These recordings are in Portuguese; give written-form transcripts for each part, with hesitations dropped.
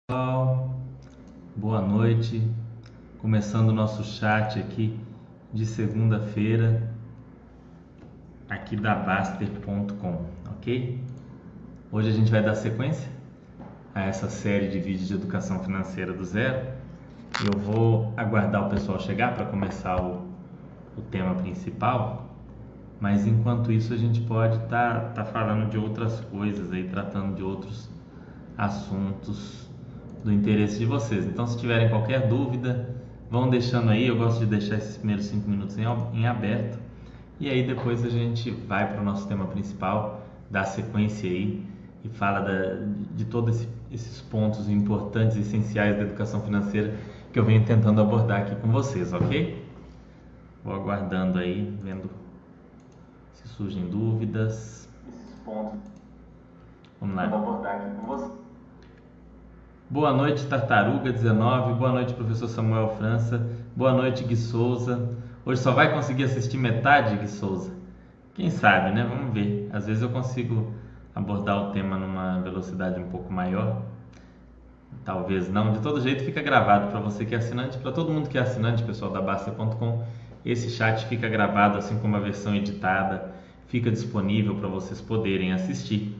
Pessoal, boa noite. Começando o nosso chat aqui de segunda-feira, aqui da Baster.com, ok? Hoje a gente vai dar sequência a essa série de vídeos de educação financeira do zero. Eu vou aguardar o pessoal chegar para começar o tema principal, mas enquanto isso a gente pode tá falando de outras coisas aí, tratando de outros assuntos do interesse de vocês. Então, se tiverem qualquer dúvida, vão deixando aí. Eu gosto de deixar esses primeiros 5 minutos em aberto, e aí depois a gente vai para o nosso tema principal, dá sequência aí e fala de todos esses pontos importantes e essenciais da educação financeira que eu venho tentando abordar aqui com vocês, ok? Vou aguardando aí, vendo se surgem dúvidas. Esses pontos. Vamos lá. Vou abordar aqui com vocês. Boa noite, Tartaruga 19. Boa noite, professor Samuel França. Boa noite, Gui Souza. Hoje só vai conseguir assistir metade, Gui Souza? Quem sabe, né? Vamos ver. Às vezes eu consigo abordar o tema numa velocidade um pouco maior. Talvez não. De todo jeito fica gravado para você que é assinante, para todo mundo que é assinante, pessoal da Basta.com. Esse chat fica gravado, assim como a versão editada, fica disponível para vocês poderem assistir.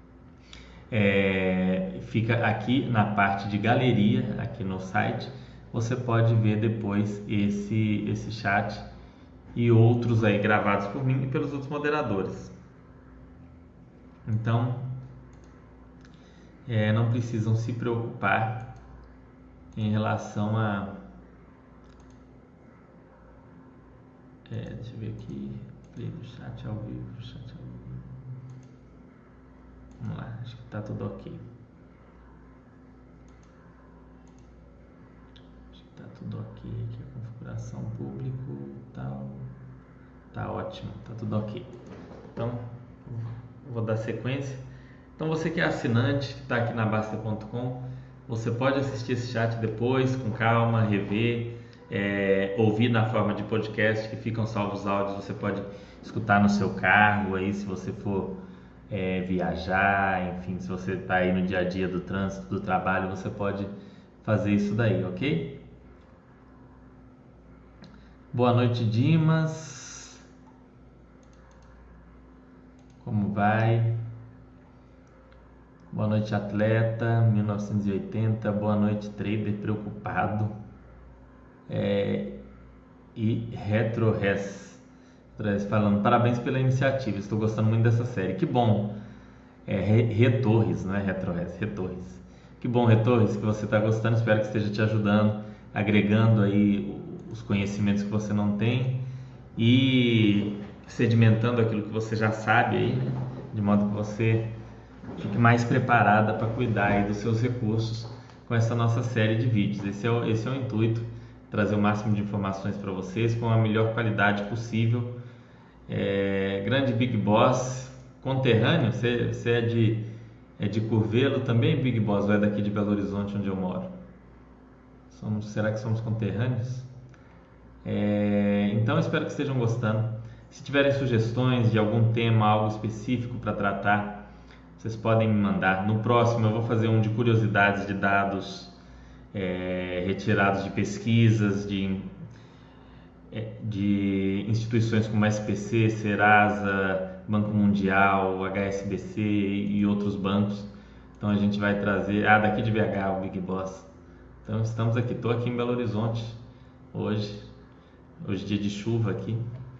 Fica aqui na parte de galeria, aqui no site. Você pode ver depois esse chat e outros aí gravados por mim e pelos outros moderadores. Então, não precisam se preocupar em relação a... deixa eu ver aqui, play do chat ao vivo, Vamos lá, acho que está tudo ok. Tá tudo ok aqui, a configuração público tal, tá ótimo, tá tudo ok. Então vou dar sequência. Então você que é assinante, que está aqui na Basta.com, você pode assistir esse chat depois com calma, rever, ouvir na forma de podcast que ficam salvos os áudios. Você pode escutar no seu carro aí, se você for viajar, enfim, se você está aí no dia a dia do trânsito, do trabalho, você pode fazer isso daí, ok? Boa noite, Dimas. Como vai? Boa noite, atleta 1980. Boa noite, trader preocupado. E RetroRes falando, parabéns pela iniciativa, estou gostando muito dessa série. Que bom. Retorres, não é RetroRes, Retorres. Que bom, Retorres, que você está gostando. Espero que esteja te ajudando, agregando aí os conhecimentos que você não tem e sedimentando aquilo que você já sabe aí, né? De modo que você fique mais preparada para cuidar aí dos seus recursos com essa nossa série de vídeos. Esse é o intuito, trazer o máximo de informações para vocês com a melhor qualidade possível. Grande Big Boss, conterrâneo, você é de Curvelo também, Big Boss, ou é daqui de Belo Horizonte, onde eu moro? Será que somos conterrâneos? Então espero que estejam gostando. Se tiverem sugestões de algum tema, algo específico para tratar, vocês podem me mandar. No próximo eu vou fazer um de curiosidades de dados retirados de pesquisas de instituições como SPC, Serasa, Banco Mundial, HSBC e outros bancos. Então a gente vai trazer, daqui de BH, o Big Boss. Então estamos aqui, estou aqui em Belo Horizonte hoje dia de chuva aqui.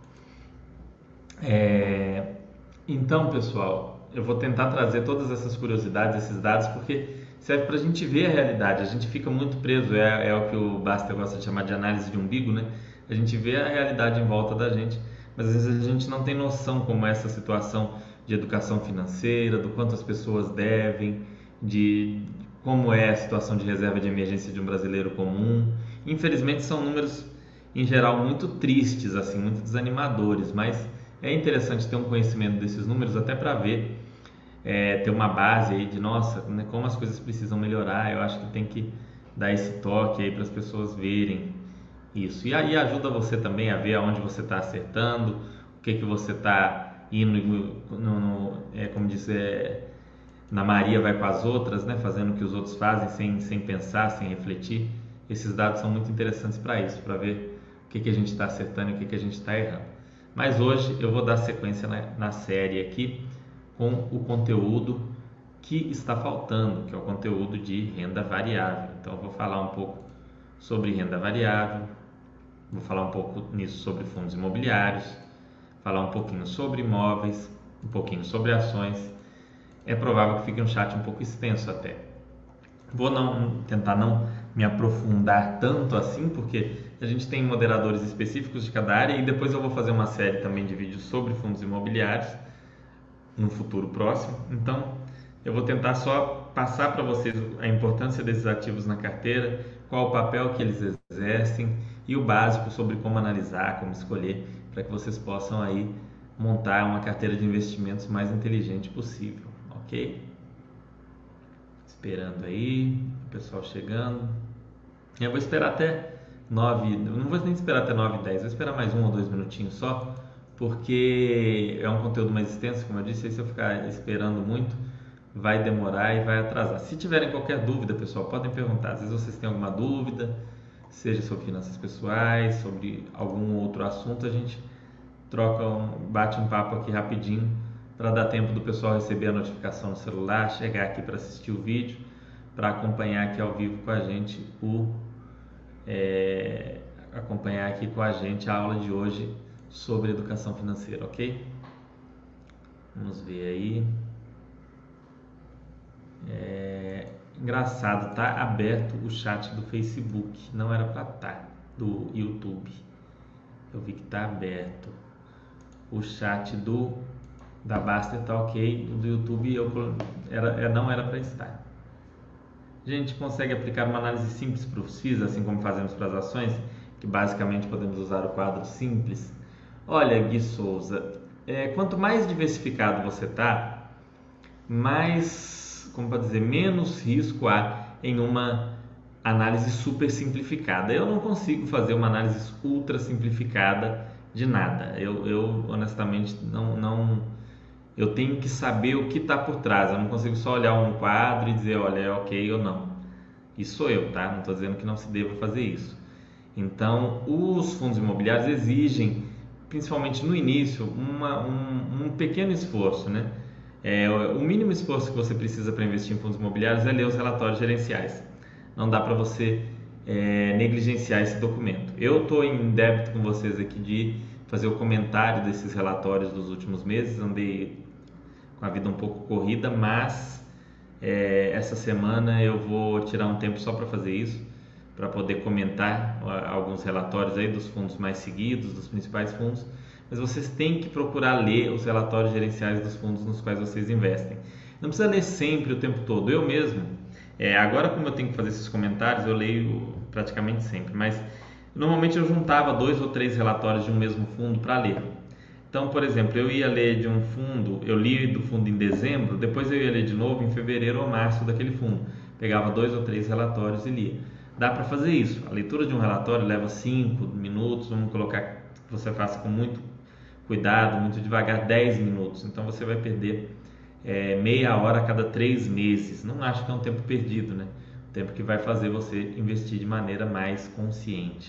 Então, pessoal, eu vou tentar trazer todas essas curiosidades, esses dados, porque serve para a gente ver a realidade. A gente fica muito preso, é o que o Basta gosta de chamar de análise de umbigo, né? A gente vê a realidade em volta da gente, mas às vezes a gente não tem noção como é essa situação de educação financeira, do quanto as pessoas devem, de como é a situação de reserva de emergência de um brasileiro comum. Infelizmente são números em geral muito tristes, assim, muito desanimadores, mas é interessante ter um conhecimento desses números até para ver, ter uma base aí de nossa, né, como as coisas precisam melhorar. Eu acho que tem que dar esse toque aí para as pessoas verem isso, e aí ajuda você também a ver aonde você está acertando, o que você está indo como disse, na Maria vai com as outras, né, fazendo o que os outros fazem sem pensar, sem refletir. Esses dados são muito interessantes para isso, para ver o que a gente está acertando e o que a gente está errando. Mas hoje eu vou dar sequência na série aqui com o conteúdo que está faltando, que é o conteúdo de renda variável. Então eu vou falar um pouco sobre renda variável, vou falar um pouco nisso sobre fundos imobiliários, falar um pouquinho sobre imóveis, um pouquinho sobre ações. É provável que fique um chat um pouco extenso até. Vou tentar não me aprofundar tanto assim, porque a gente tem moderadores específicos de cada área e depois eu vou fazer uma série também de vídeos sobre fundos imobiliários no futuro próximo. Então, eu vou tentar só passar para vocês a importância desses ativos na carteira, qual o papel que eles exercem e o básico sobre como analisar, como escolher, para que vocês possam aí montar uma carteira de investimentos mais inteligente possível, ok? Esperando aí, o pessoal chegando. Eu vou esperar até 9, não vou nem esperar até 9h10, vou esperar mais 1 ou 2 minutinhos só, porque é um conteúdo mais extenso, como eu disse, e se eu ficar esperando muito, vai demorar e vai atrasar. Se tiverem qualquer dúvida, pessoal, podem perguntar. Às vezes vocês têm alguma dúvida, seja sobre finanças pessoais, sobre algum outro assunto, a gente bate um papo aqui rapidinho para dar tempo do pessoal receber a notificação no celular, chegar aqui para assistir o vídeo, para acompanhar aqui ao vivo com a gente acompanhar aqui com a gente a aula de hoje sobre educação financeira, ok? Vamos ver aí. Engraçado, tá aberto o chat do Facebook, não era para estar, do YouTube. Eu vi que tá aberto. O chat da Baster tá ok, o do YouTube não era para estar. A gente consegue aplicar uma análise simples para os FIIs, assim como fazemos para as ações, que basicamente podemos usar o quadro simples. Olha, Gui Souza, quanto mais diversificado você está, mais, como para dizer, menos risco há em uma análise super simplificada. Eu não consigo fazer uma análise ultra simplificada de nada. Eu honestamente não eu tenho que saber o que está por trás. Eu não consigo só olhar um quadro e dizer, olha, é ok ou não. Isso sou eu, tá? Não estou dizendo que não se deva fazer isso. Então, os fundos imobiliários exigem, principalmente no início, um pequeno esforço, né? O mínimo esforço que você precisa para investir em fundos imobiliários é ler os relatórios gerenciais. Não dá para você negligenciar esse documento. Eu estou em débito com vocês aqui de fazer o comentário desses relatórios dos últimos meses. Andei com a vida um pouco corrida, mas essa semana eu vou tirar um tempo só para fazer isso, para poder comentar alguns relatórios aí dos fundos mais seguidos, dos principais fundos. Mas vocês têm que procurar ler os relatórios gerenciais dos fundos nos quais vocês investem. Não precisa ler sempre, o tempo todo. Eu mesmo, agora como eu tenho que fazer esses comentários, eu leio praticamente sempre, mas normalmente eu juntava 2 ou 3 relatórios de um mesmo fundo para ler. Então, por exemplo, eu ia ler de um fundo, eu li do fundo em dezembro, depois eu ia ler de novo em fevereiro ou março daquele fundo. Pegava 2 ou 3 relatórios e lia. Dá para fazer isso. A leitura de um relatório leva 5 minutos, vamos colocar que você faça com muito cuidado, muito devagar, 10 minutos. Então você vai perder meia hora a cada 3 meses. Não acho que é um tempo perdido, né? Um tempo que vai fazer você investir de maneira mais consciente.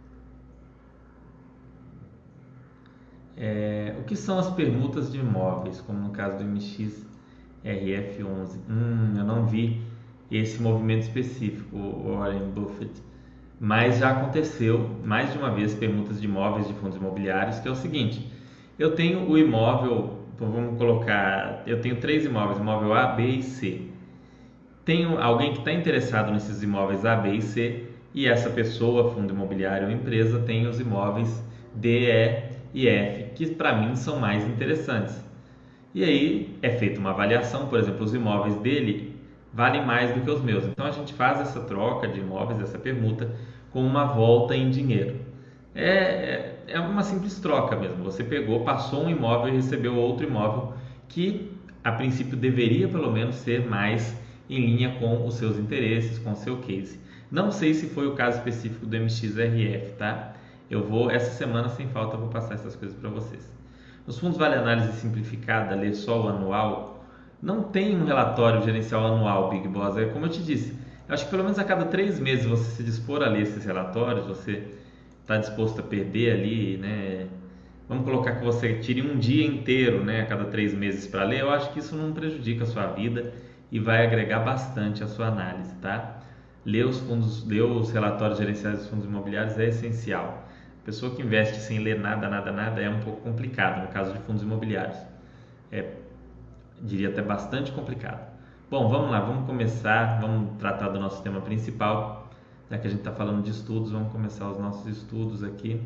O que são as permutas de imóveis, como no caso do MXRF11? Eu não vi esse movimento específico, Warren Buffett, mas já aconteceu mais de uma vez permutas de imóveis de fundos imobiliários, que é o seguinte: eu tenho o imóvel, vamos colocar, eu tenho 3 imóveis, imóvel A, B e C. Tenho alguém que está interessado nesses imóveis A, B e C, e essa pessoa, fundo imobiliário ou empresa, tem os imóveis D, E F, que para mim são mais interessantes. E aí é feita uma avaliação, por exemplo, os imóveis dele valem mais do que os meus. Então a gente faz essa troca de imóveis, essa permuta, com uma volta em dinheiro. É uma simples troca mesmo. Você pegou, passou um imóvel e recebeu outro imóvel que a princípio deveria pelo menos ser mais em linha com os seus interesses, com o seu case. Não sei se foi o caso específico do MXRF, tá? Essa semana, sem falta, eu vou passar essas coisas para vocês. Nos fundos vale análise simplificada, ler só o anual, não tem um relatório gerencial anual, Big Boss. É como eu te disse, eu acho que pelo menos a cada 3 meses você se dispor a ler esses relatórios, você está disposto a perder ali, né? Vamos colocar que você tire um dia inteiro, né, a cada 3 meses para ler. Eu acho que isso não prejudica a sua vida e vai agregar bastante a sua análise, tá? Ler os relatórios gerenciais dos fundos imobiliários é essencial. A pessoa que investe sem ler nada, nada, nada é um pouco complicado no caso de fundos imobiliários. Diria até bastante complicado. Bom, vamos lá, vamos começar, vamos tratar do nosso tema principal. Já que a gente está falando de estudos, vamos começar os nossos estudos aqui.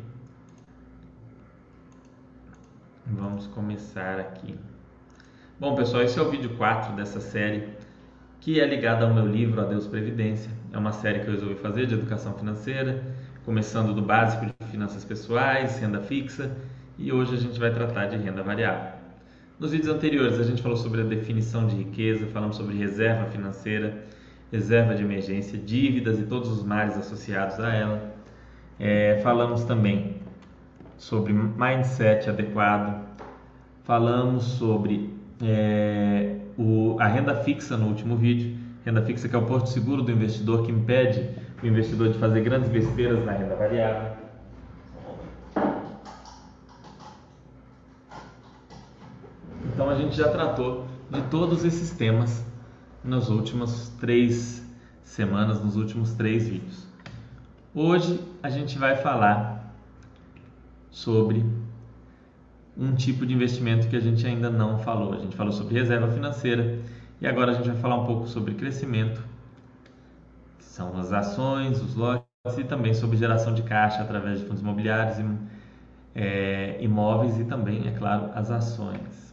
Vamos começar aqui. Bom, pessoal, esse é o vídeo 4 dessa série, que é ligada ao meu livro Adeus Previdência. É uma série que eu resolvi fazer de educação financeira, começando do básico de finanças pessoais, renda fixa, e hoje a gente vai tratar de renda variável. Nos vídeos anteriores a gente falou sobre a definição de riqueza, falamos sobre reserva financeira, reserva de emergência, dívidas e todos os males associados a ela. Falamos também sobre mindset adequado, falamos sobre a renda fixa no último vídeo. Renda fixa, que é o porto seguro do investidor, que impede o investidor de fazer grandes besteiras na renda variável. Então a gente já tratou de todos esses temas nas últimas 3 semanas, nos últimos 3 vídeos. Hoje a gente vai falar sobre um tipo de investimento que a gente ainda não falou. A gente falou sobre reserva financeira e agora a gente vai falar um pouco sobre crescimento, que são as ações, os lotes, e também sobre geração de caixa através de fundos imobiliários, imóveis e também, é claro, as ações.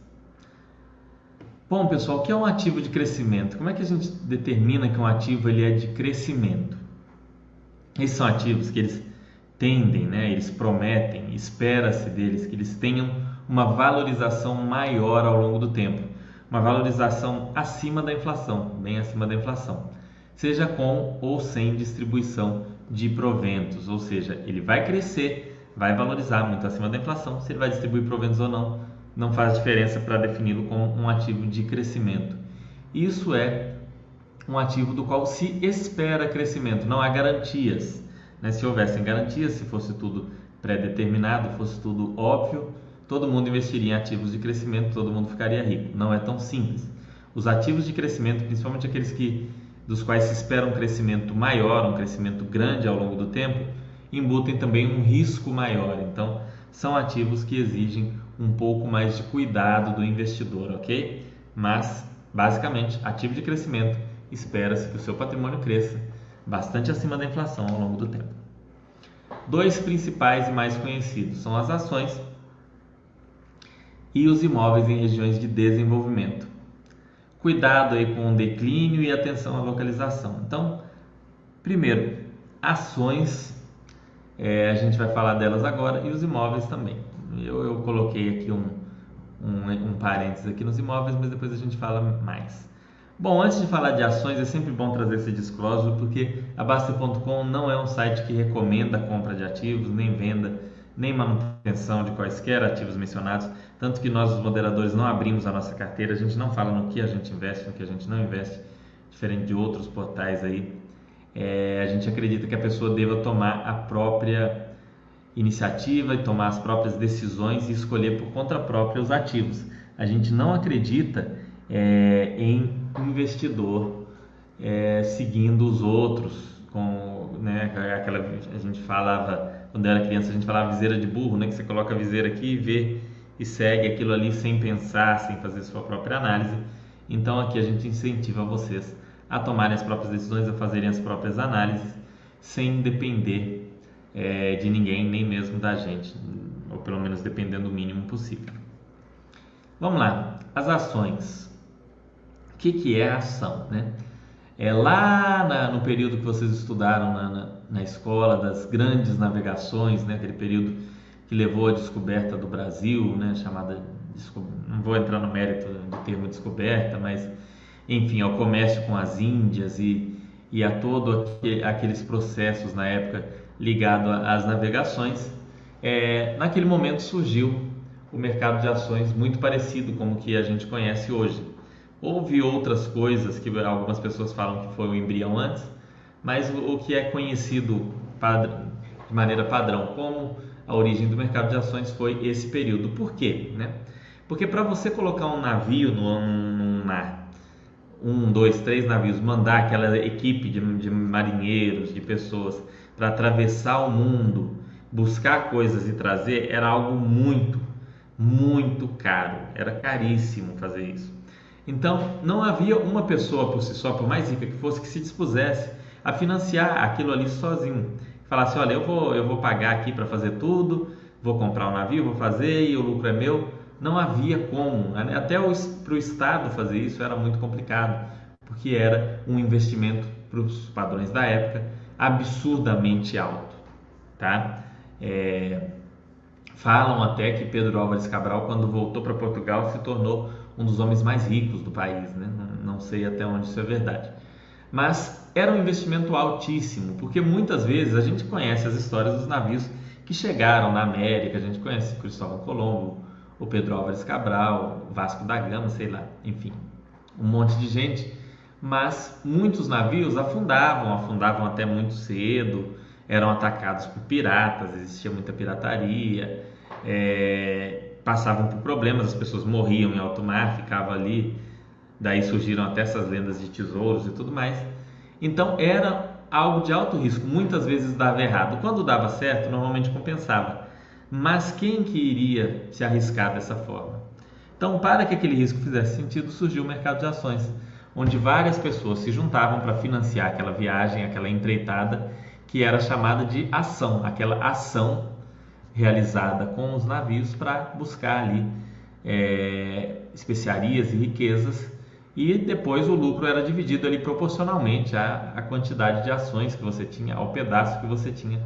Bom, pessoal, o que é um ativo de crescimento? Como é que a gente determina que um ativo ele é de crescimento? Esses são ativos que eles tendem, né? Eles prometem, espera-se deles que eles tenham uma valorização maior ao longo do tempo, uma valorização acima da inflação, bem acima da inflação, seja com ou sem distribuição de proventos, ou seja, ele vai crescer, vai valorizar muito acima da inflação. Se ele vai distribuir proventos ou não faz diferença para defini-lo como um ativo de crescimento. Isso é um ativo do qual se espera crescimento, não há garantias, né? Se houvessem garantias, se fosse tudo pré-determinado, fosse tudo óbvio, todo mundo investiria em ativos de crescimento, todo mundo ficaria rico. Não é tão simples. Os ativos de crescimento, principalmente aqueles dos quais se espera um crescimento maior, um crescimento grande ao longo do tempo, embutem também um risco maior. Então, são ativos que exigem um pouco mais de cuidado do investidor, ok? Mas, basicamente, ativo de crescimento, espera-se que o seu patrimônio cresça bastante acima da inflação ao longo do tempo. 2 principais e mais conhecidos são as ações e os imóveis em regiões de desenvolvimento. Cuidado aí com o declínio e atenção à localização. Então, primeiro, ações, a gente vai falar delas agora, e os imóveis também. Eu coloquei aqui um parênteses aqui nos imóveis, mas depois a gente fala mais. Bom, antes de falar de ações, é sempre bom trazer esse disclosure, porque a Baster.com não é um site que recomenda a compra de ativos, nem venda, nem manutenção de quaisquer ativos mencionados, tanto que nós, os moderadores, não abrimos a nossa carteira, a gente não fala no que a gente investe, no que a gente não investe, diferente de outros portais aí. A gente acredita que a pessoa deva tomar a própria iniciativa e tomar as próprias decisões e escolher por conta própria os ativos. A gente não acredita em investidor seguindo os outros, né, a gente falava, quando eu era criança, a gente falava viseira de burro, né, que você coloca a viseira aqui e vê e segue aquilo ali sem pensar, sem fazer sua própria análise. Então aqui a gente incentiva vocês a tomarem as próprias decisões, a fazerem as próprias análises, sem depender de ninguém, nem mesmo da gente, ou pelo menos dependendo o mínimo possível. Vamos lá, as ações. O que é a ação, né? Lá no período que vocês estudaram na escola, das grandes navegações, né? Aquele período que levou à descoberta do Brasil, né? Chamada, não vou entrar no mérito do termo descoberta, mas enfim, ao comércio com as Índias e a todos aqueles processos na época ligado às navegações. Naquele momento surgiu o mercado de ações muito parecido com o que a gente conhece hoje. Houve outras coisas que algumas pessoas falam que foi o embrião antes, mas o que é conhecido de maneira padrão como a origem do mercado de ações foi esse período. Por quê? Né? Porque para você colocar um navio no mar, 2, 3 navios, mandar aquela equipe de marinheiros, de pessoas para atravessar o mundo, buscar coisas e trazer, era algo muito, muito caro, era caríssimo fazer isso. Então não havia uma pessoa por si só, por mais rica que fosse, que se dispusesse a financiar aquilo ali sozinho. Falasse, olha, eu vou pagar aqui para fazer tudo, vou comprar um navio, vou fazer e o lucro é meu. Não havia como, até para o Estado fazer isso era muito complicado, porque era um investimento para os padrões da época absurdamente alto, tá? Falam até que Pedro Álvares Cabral, quando voltou para Portugal, se tornou um dos homens mais ricos do país, né? Não sei até onde isso é verdade, mas era um investimento altíssimo, porque muitas vezes a gente conhece as histórias dos navios que chegaram na América, a gente conhece Cristóvão Colombo, o Pedro Álvares Cabral, Vasco da Gama, sei lá, enfim, um monte de gente, mas muitos navios afundavam até muito cedo, eram atacados por piratas, existia muita pirataria, passavam por problemas, as pessoas morriam em alto mar, ficavam ali, daí surgiram até essas lendas de tesouros e tudo mais. Então era algo de alto risco, muitas vezes dava errado. Quando dava certo, normalmente compensava. Mas quem que iria se arriscar dessa forma? Então, para que aquele risco fizesse sentido, surgiu o mercado de ações, onde várias pessoas se juntavam para financiar aquela viagem, aquela empreitada, que era chamada de ação, aquela ação realizada com os navios para buscar ali especiarias e riquezas, e depois o lucro era dividido ali proporcionalmente à quantidade de ações que você tinha, ao pedaço que você tinha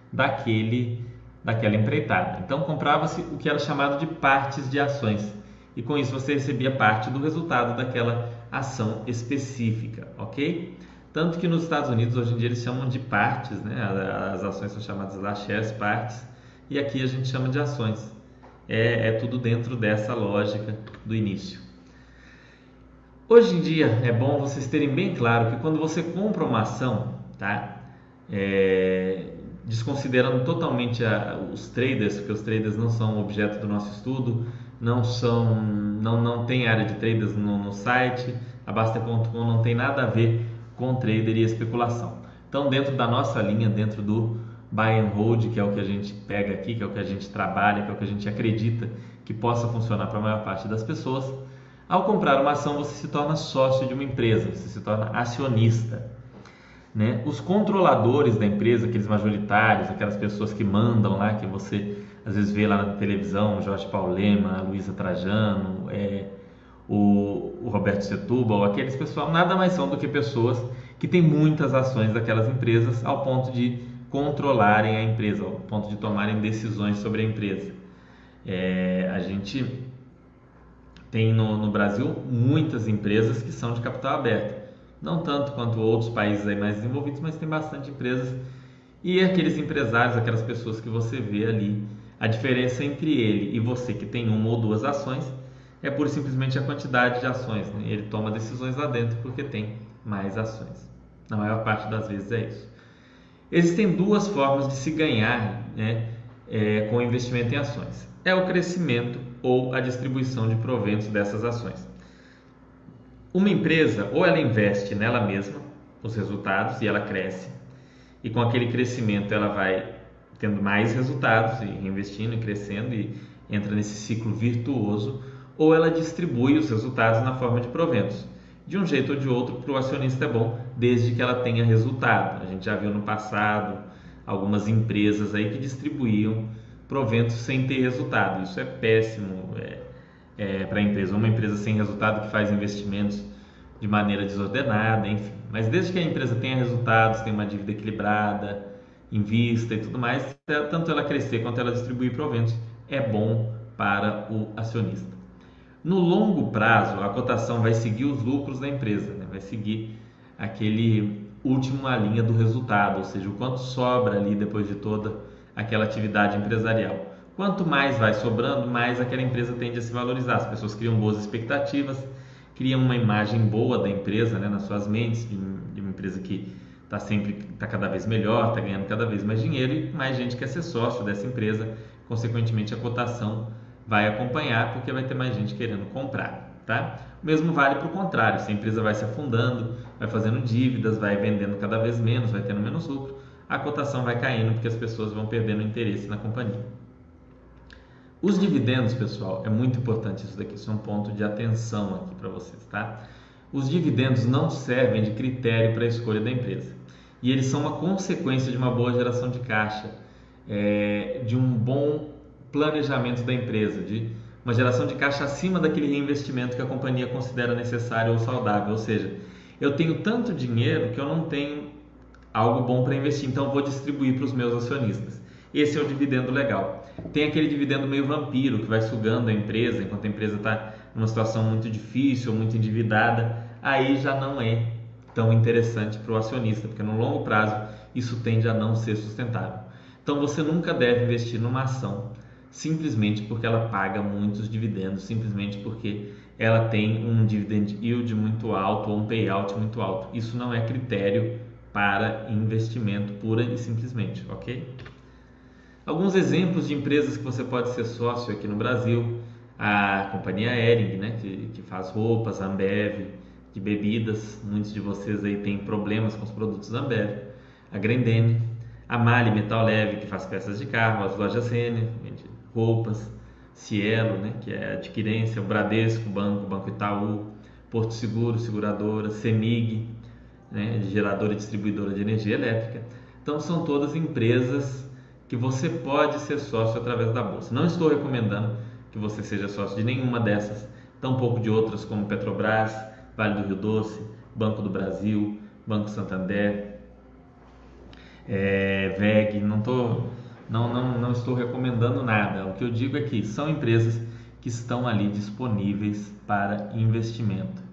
daquela empreitada. Então comprava-se o que era chamado de partes de ações, e com isso você recebia parte do resultado daquela ação específica, ok? Tanto que nos Estados Unidos hoje em dia eles chamam de partes, né? As ações são chamadas lá shares, partes, e aqui a gente chama de ações. É tudo dentro dessa lógica do início. Hoje em dia é bom vocês terem bem claro que quando você compra uma ação, tá? Desconsiderando totalmente os traders, porque os traders não são objeto do nosso estudo, não tem área de traders no site, a Baster.com não tem nada a ver com trader e especulação. Então, dentro da nossa linha, dentro do buy and hold, que é o que a gente pega aqui, que é o que a gente trabalha, que é o que a gente acredita que possa funcionar para a maior parte das pessoas, ao comprar uma ação você se torna sócio de uma empresa, você se torna acionista, né? Os controladores da empresa, aqueles majoritários, aquelas pessoas que mandam lá, que você às vezes vê lá na televisão, Jorge Paulema, Luísa Trajano, o Roberto Setúbal, aqueles pessoal nada mais são do que pessoas que têm muitas ações daquelas empresas ao ponto de controlarem a empresa, ao ponto de tomarem decisões sobre a empresa. A gente tem no Brasil muitas empresas que são de capital aberto, não tanto quanto outros países aí mais desenvolvidos, mas tem bastante empresas, e aqueles empresários, aquelas pessoas que você vê ali, a diferença entre ele e você que tem uma ou duas ações é pura e simplesmente a quantidade de ações, né? Ele toma decisões lá dentro porque tem mais ações, na maior parte das vezes é isso. Existem duas formas de se ganhar, né, com o investimento em ações: é o crescimento ou a distribuição de proventos dessas ações. Uma empresa, ou ela investe nela mesma os resultados e ela cresce, e com aquele crescimento ela vai tendo mais resultados e reinvestindo e crescendo e entra nesse ciclo virtuoso, ou ela distribui os resultados na forma de proventos. De um jeito ou de outro, para o acionista é bom, desde que ela tenha resultado. A gente já viu no passado algumas empresas aí que distribuíam proventos sem ter resultado. Isso é péssimo para a empresa. Uma empresa sem resultado que faz investimentos de maneira desordenada, enfim. Mas desde que a empresa tenha resultados, tenha uma dívida equilibrada, invista e tudo mais, tanto ela crescer quanto ela distribuir proventos, é bom para o acionista. No longo prazo, a cotação vai seguir os lucros da empresa, né? Vai seguir aquele última linha do resultado, ou seja, o quanto sobra ali depois de toda aquela atividade empresarial. Quanto mais vai sobrando, mais aquela empresa tende a se valorizar. As pessoas criam boas expectativas cria uma imagem boa da empresa, né, nas suas mentes, de uma empresa que está cada vez melhor, está ganhando cada vez mais dinheiro e mais gente quer ser sócio dessa empresa, consequentemente a cotação vai acompanhar porque vai ter mais gente querendo comprar, tá? O mesmo vale para o contrário, se a empresa vai se afundando, vai fazendo dívidas, vai vendendo cada vez menos, vai tendo menos lucro, a cotação vai caindo porque as pessoas vão perdendo interesse na companhia. Os dividendos, pessoal, é muito importante isso daqui, isso é um ponto de atenção aqui para vocês, tá? Os dividendos não servem de critério para a escolha da empresa e eles são uma consequência de uma boa geração de caixa, de um bom planejamento da empresa, de uma geração de caixa acima daquele reinvestimento que a companhia considera necessário ou saudável, ou seja, eu tenho tanto dinheiro que eu não tenho algo bom para investir, então eu vou distribuir para os meus acionistas. Esse é o dividendo legal. Tem aquele dividendo meio vampiro que vai sugando a empresa enquanto a empresa está numa situação muito difícil ou muito endividada. Aí já não é tão interessante para o acionista, porque no longo prazo isso tende a não ser sustentável. Então você nunca deve investir numa ação simplesmente porque ela paga muitos dividendos, simplesmente porque ela tem um dividend yield muito alto ou um payout muito alto. Isso não é critério para investimento pura e simplesmente, ok? Alguns exemplos de empresas que você pode ser sócio aqui no Brasil: a companhia Hering, né, que faz roupas, a Ambev, de bebidas, muitos de vocês aí têm problemas com os produtos da Ambev, a Grendene, a Mali Metal Leve, que faz peças de carro, as lojas Renner, vende roupas, Cielo, né, que é adquirência, o Bradesco, Banco Itaú, Porto Seguro, seguradora, Semig, né, geradora e distribuidora de energia elétrica. Então são todas empresas que você pode ser sócio através da bolsa. Não estou recomendando que você seja sócio de nenhuma dessas, tampouco de outras como Petrobras, Vale do Rio Doce, Banco do Brasil, Banco Santander, VEG. Não estou recomendando nada. O que eu digo é que são empresas que estão ali disponíveis para investimento.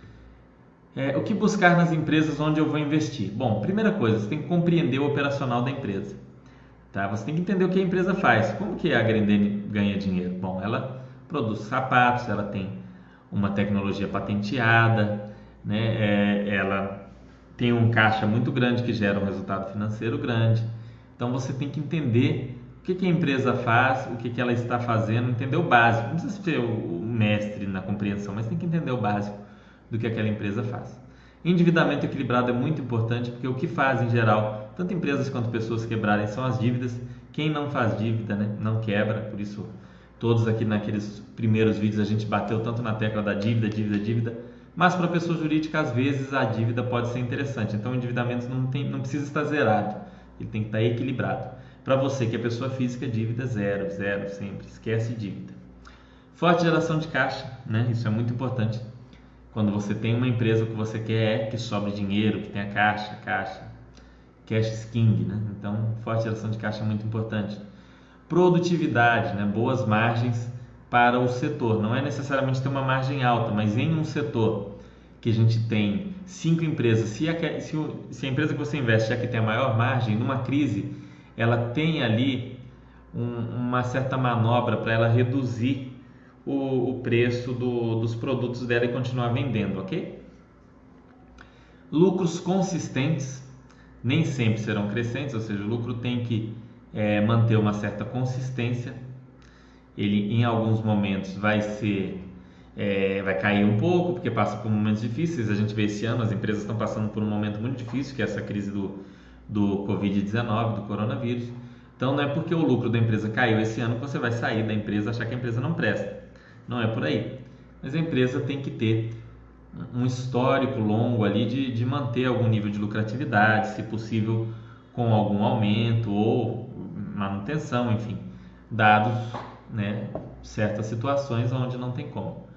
O que buscar nas empresas onde eu vou investir? Bom, primeira coisa, você tem que compreender o operacional da empresa. Tá? Você tem que entender o que a empresa faz. Como que a Grendene ganha dinheiro? Bom, ela produz sapatos, ela tem uma tecnologia patenteada, né? Ela tem um caixa muito grande que gera um resultado financeiro grande. Então você tem que entender o que a empresa faz, o que ela está fazendo, entender o básico. Não precisa ser o mestre na compreensão, mas tem que entender o básico do que aquela empresa faz. Endividamento equilibrado é muito importante porque o que faz em geral, tanto empresas quanto pessoas quebrarem, são as dívidas. Quem não faz dívida, né, não quebra. Por isso todos aqui naqueles primeiros vídeos a gente bateu tanto na tecla da dívida, mas para a pessoa jurídica às vezes a dívida pode ser interessante. Então o endividamento não precisa estar zerado, ele tem que estar equilibrado. Para você que é pessoa física, dívida zero sempre, esquece dívida. Forte geração de caixa, né? Isso é muito importante. Quando você tem uma empresa que você quer que sobre dinheiro, que tenha caixa, cash is king, né? Então, forte geração de caixa é muito importante. Produtividade, né? Boas margens para o setor. Não é necessariamente ter uma margem alta, mas em um setor que a gente tem 5 empresas, se a empresa que você investe é a que tem a maior margem, numa crise, ela tem ali uma certa manobra para ela reduzir o preço dos produtos dela e continuar vendendo, ok? Lucros consistentes nem sempre serão crescentes, ou seja, o lucro tem que manter uma certa consistência. Ele em alguns momentos vai cair um pouco porque passa por momentos difíceis. A gente vê esse ano as empresas estão passando por um momento muito difícil, que é essa crise do Covid-19, do coronavírus. Então não é porque o lucro da empresa caiu esse ano que você vai sair da empresa e achar que a empresa não presta. Não é por aí. Mas a empresa tem que ter um histórico longo ali de manter algum nível de lucratividade, se possível com algum aumento ou manutenção, enfim, dados, né, certas situações onde não tem como.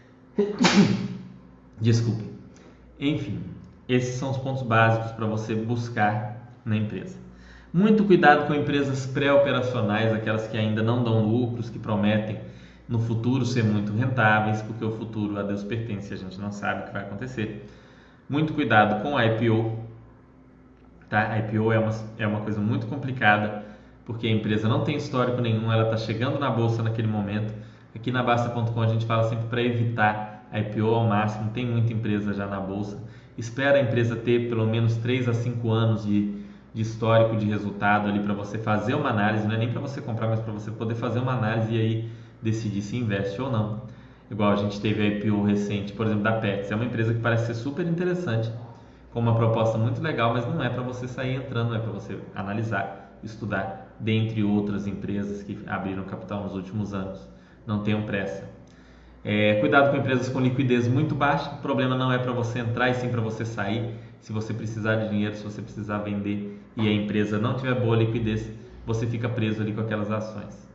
Desculpe. Enfim, esses são os pontos básicos para você buscar na empresa. Muito cuidado com empresas pré-operacionais, aquelas que ainda não dão lucros, que prometem no futuro ser muito rentáveis, porque o futuro a Deus pertence, a gente não sabe o que vai acontecer. Muito cuidado com a IPO, tá? A IPO é uma coisa muito complicada, porque a empresa não tem histórico nenhum, ela está chegando na bolsa naquele momento. Aqui na Basta.com a gente fala sempre para evitar IPO ao máximo, tem muita empresa já na bolsa. Espera a empresa ter pelo menos 3 a 5 anos de histórico de resultado ali para você fazer uma análise, não é nem para você comprar, mas para você poder fazer uma análise e aí decidir se investe ou não. Igual a gente teve a IPO recente, por exemplo, da Pets, é uma empresa que parece ser super interessante, com uma proposta muito legal, mas não é para você sair entrando, é para você analisar, estudar, dentre outras empresas que abriram capital nos últimos anos. Não tenham pressa. Cuidado com empresas com liquidez muito baixa. O problema não é para você entrar e sim para você sair. Se você precisar de dinheiro, se você precisar vender e a empresa não tiver boa liquidez, você fica preso ali com aquelas ações.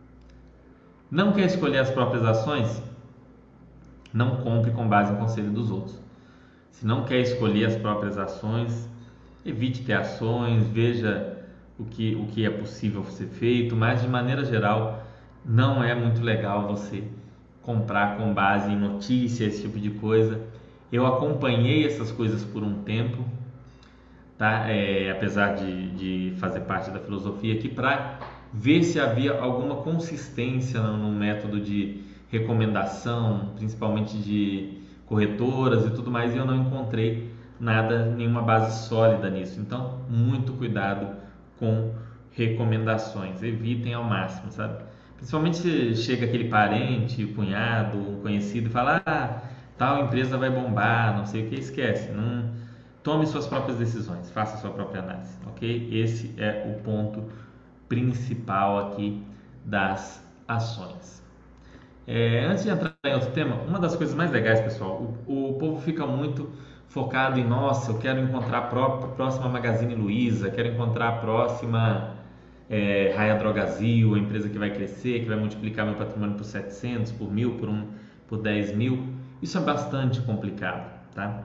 Não quer escolher as próprias ações? Não compre com base em conselho dos outros. Se não quer escolher as próprias ações, evite ter ações, veja o que é possível ser feito, mas de maneira geral não é muito legal você comprar com base em notícias, esse tipo de coisa. Eu acompanhei essas coisas por um tempo, tá? Apesar de fazer parte da filosofia aqui, para ver se havia alguma consistência no método de recomendação, principalmente de corretoras e tudo mais, e eu não encontrei nada, nenhuma base sólida nisso. Então, muito cuidado com recomendações, evitem ao máximo, sabe? Principalmente se chega aquele parente, cunhado, conhecido e fala: tal empresa vai bombar, não sei o que, esquece. Não tome suas próprias decisões, faça sua própria análise, ok? Esse é o ponto principal aqui das ações. Antes de entrar em outro tema, uma das coisas mais legais, pessoal, o povo fica muito focado em: nossa, eu quero encontrar a próxima Magazine Luiza, quero encontrar a próxima Raia Drogasil, a empresa que vai crescer, que vai multiplicar meu patrimônio por 700, por 1.000, por 10 mil. Isso é bastante complicado, tá?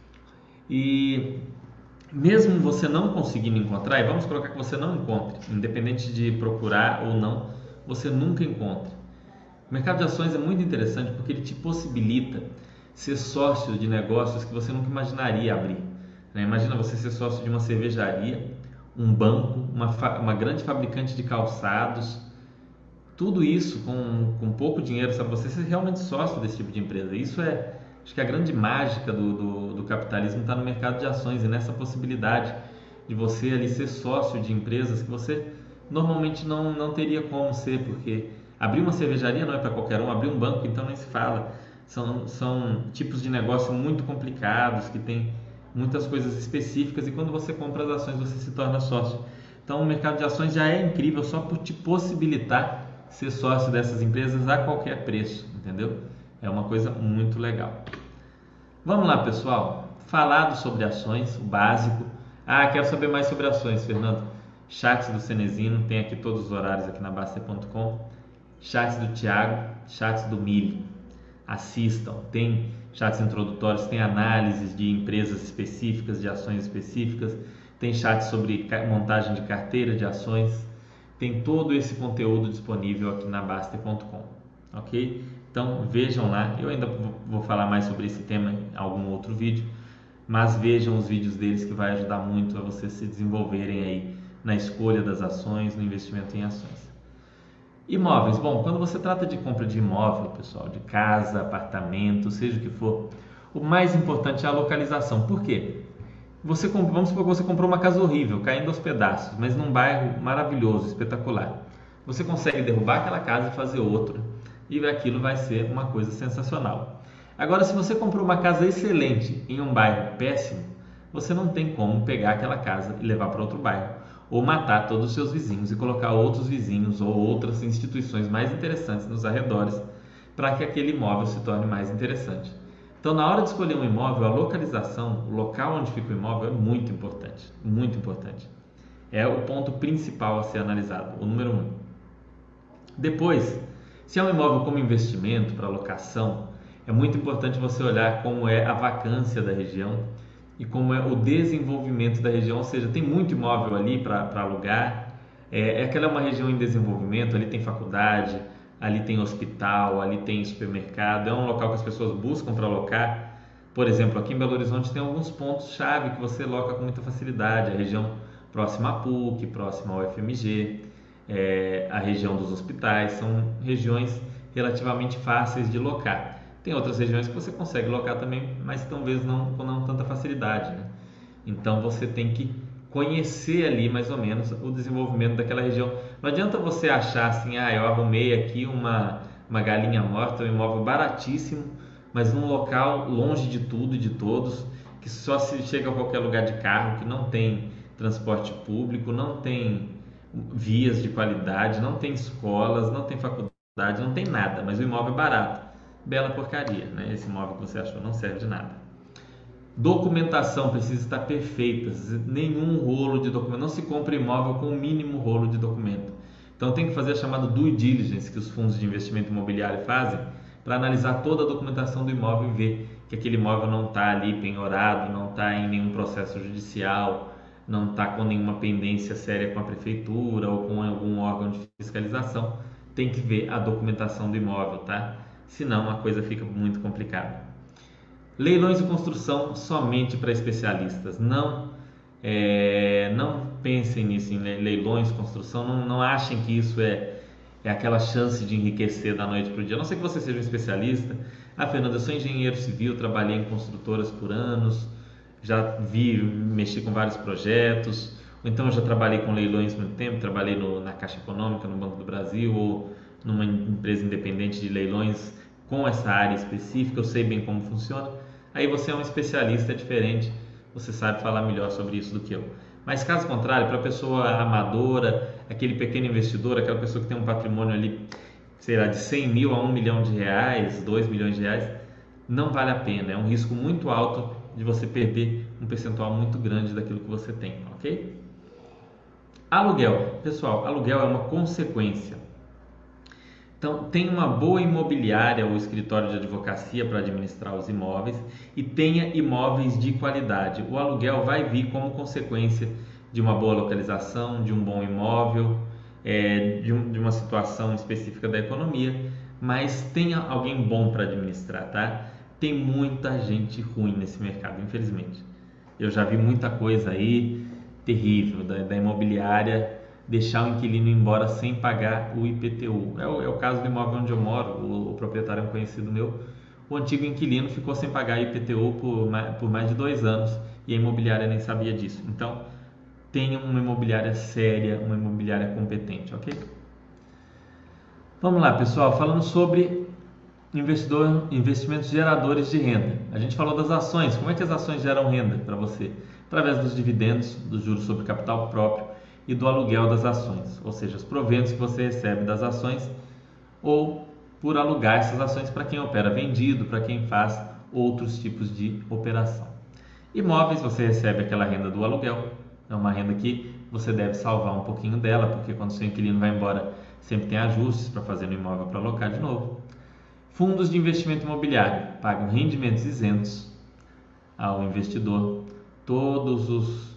E mesmo você não conseguindo encontrar, e vamos colocar que você não encontre, independente de procurar ou não, você nunca encontre. O mercado de ações é muito interessante porque ele te possibilita ser sócio de negócios que você nunca imaginaria abrir, né? Imagina você ser sócio de uma cervejaria, um banco, uma grande fabricante de calçados, tudo isso com pouco dinheiro, sabe? Você ser realmente sócio desse tipo de empresa. Isso acho que a grande mágica do capitalismo está no mercado de ações e nessa possibilidade de você ali ser sócio de empresas que você normalmente não teria como ser, porque abrir uma cervejaria não é para qualquer um, abrir um banco então nem se fala. São tipos de negócio muito complicados, que tem muitas coisas específicas, e quando você compra as ações você se torna sócio. Então o mercado de ações já é incrível só por te possibilitar ser sócio dessas empresas a qualquer preço, entendeu? É uma coisa muito legal. Vamos lá, pessoal, falado sobre ações, o básico. Quero saber mais sobre ações, Fernando. Chats do Cenezino, tem aqui todos os horários aqui na Baster.com. Chats do Thiago, chats do Mili. Assistam, tem chats introdutórios, tem análises de empresas específicas, de ações específicas, tem chats sobre montagem de carteira de ações, tem todo esse conteúdo disponível aqui na Baster.com, ok? Então vejam lá, eu ainda vou falar mais sobre esse tema em algum outro vídeo, mas vejam os vídeos deles, que vai ajudar muito a vocês se desenvolverem aí na escolha das ações, no investimento em ações. Imóveis. Bom, quando você trata de compra de imóvel, pessoal, de casa, apartamento, seja o que for, o mais importante é a localização. Por quê? Vamos supor que você comprou uma casa horrível, caindo aos pedaços, mas num bairro maravilhoso, espetacular. Você consegue derrubar aquela casa e fazer outra, e aquilo vai ser uma coisa sensacional. Agora, se você comprou uma casa excelente em um bairro péssimo, você não tem como pegar aquela casa e levar para outro bairro, ou matar todos os seus vizinhos e colocar outros vizinhos ou outras instituições mais interessantes nos arredores para que aquele imóvel se torne mais interessante. Então, na hora de escolher um imóvel, a localização, o local onde fica o imóvel é muito importante, muito importante. É o ponto principal a ser analisado, o número 1. Depois, se é um imóvel como investimento para locação, é muito importante você olhar como é a vacância da região e como é o desenvolvimento da região, ou seja, tem muito imóvel ali para alugar, aquela é uma região em desenvolvimento, ali tem faculdade, ali tem hospital, ali tem supermercado, é um local que as pessoas buscam para alocar. Por exemplo, aqui em Belo Horizonte tem alguns pontos-chave que você loca com muita facilidade, a região próxima à PUC, próxima ao FMG, a região dos hospitais, são regiões relativamente fáceis de locar. Tem outras regiões que você consegue locar também, mas talvez não com tanta facilidade, né? Então você tem que conhecer ali mais ou menos o desenvolvimento daquela região. Não adianta você achar assim, eu arrumei aqui uma galinha morta, um imóvel baratíssimo, mas num local longe de tudo e de todos, que só se chega a qualquer lugar de carro, que não tem transporte público, não tem vias de qualidade, não tem escolas, não tem faculdade, não tem nada, mas o imóvel é barato. Bela porcaria, né? Esse imóvel que você achou não serve de nada. Documentação precisa estar perfeita, nenhum rolo de documento, não se compra imóvel com o mínimo rolo de documento. Então tem que fazer a chamada due diligence que os fundos de investimento imobiliário fazem para analisar toda a documentação do imóvel e ver que aquele imóvel não está ali penhorado, não está em nenhum processo judicial, não está com nenhuma pendência séria com a prefeitura ou com algum órgão de fiscalização. Tem que ver a documentação do imóvel, tá? Senão a coisa fica muito complicada. Leilões de construção somente para especialistas. Não pensem nisso, em leilões, construção. Não achem que isso é aquela chance de enriquecer da noite para o dia. A não ser que você seja um especialista. Fernanda, eu sou engenheiro civil, trabalhei em construtoras por anos, já mexi com vários projetos. Ou então eu já trabalhei com leilões há muito tempo, trabalhei na Caixa Econômica, no Banco do Brasil, ou numa empresa independente de leilões com essa área específica, eu sei bem como funciona. Aí você é um especialista, é diferente, você sabe falar melhor sobre isso do que eu. Mas caso contrário, para a pessoa amadora, aquele pequeno investidor, aquela pessoa que tem um patrimônio ali, sei lá, de 100 mil a 1 milhão de reais, 2 milhões de reais, não vale a pena. É um risco muito alto de você perder um percentual muito grande daquilo que você tem, ok? Aluguel. Pessoal, aluguel é uma consequência. Então, tem uma boa imobiliária ou escritório de advocacia para administrar os imóveis e tenha imóveis de qualidade. O aluguel vai vir como consequência de uma boa localização, de um bom imóvel, de uma situação específica da economia, mas tenha alguém bom para administrar, tá? Tem muita gente ruim nesse mercado, infelizmente. Eu já vi muita coisa aí terrível da imobiliária deixar o inquilino ir embora sem pagar o IPTU. É o caso do imóvel onde eu moro, o proprietário é um conhecido meu. O antigo inquilino ficou sem pagar IPTU por mais de 2 anos e a imobiliária nem sabia disso. Então, tenha uma imobiliária séria, uma imobiliária competente, ok? Vamos lá, pessoal, falando sobre investimentos geradores de renda. A gente falou das ações. Como é que as ações geram renda para você? Através dos dividendos, dos juros sobre capital próprio e do aluguel das ações, ou seja, os proventos que você recebe das ações ou por alugar essas ações para quem opera vendido, para quem faz outros tipos de operação. Imóveis, você recebe aquela renda do aluguel, é uma renda que você deve salvar um pouquinho dela, porque quando seu inquilino vai embora, sempre tem ajustes para fazer no imóvel para alocar de novo. Fundos de investimento imobiliário pagam rendimentos isentos ao investidor. Todos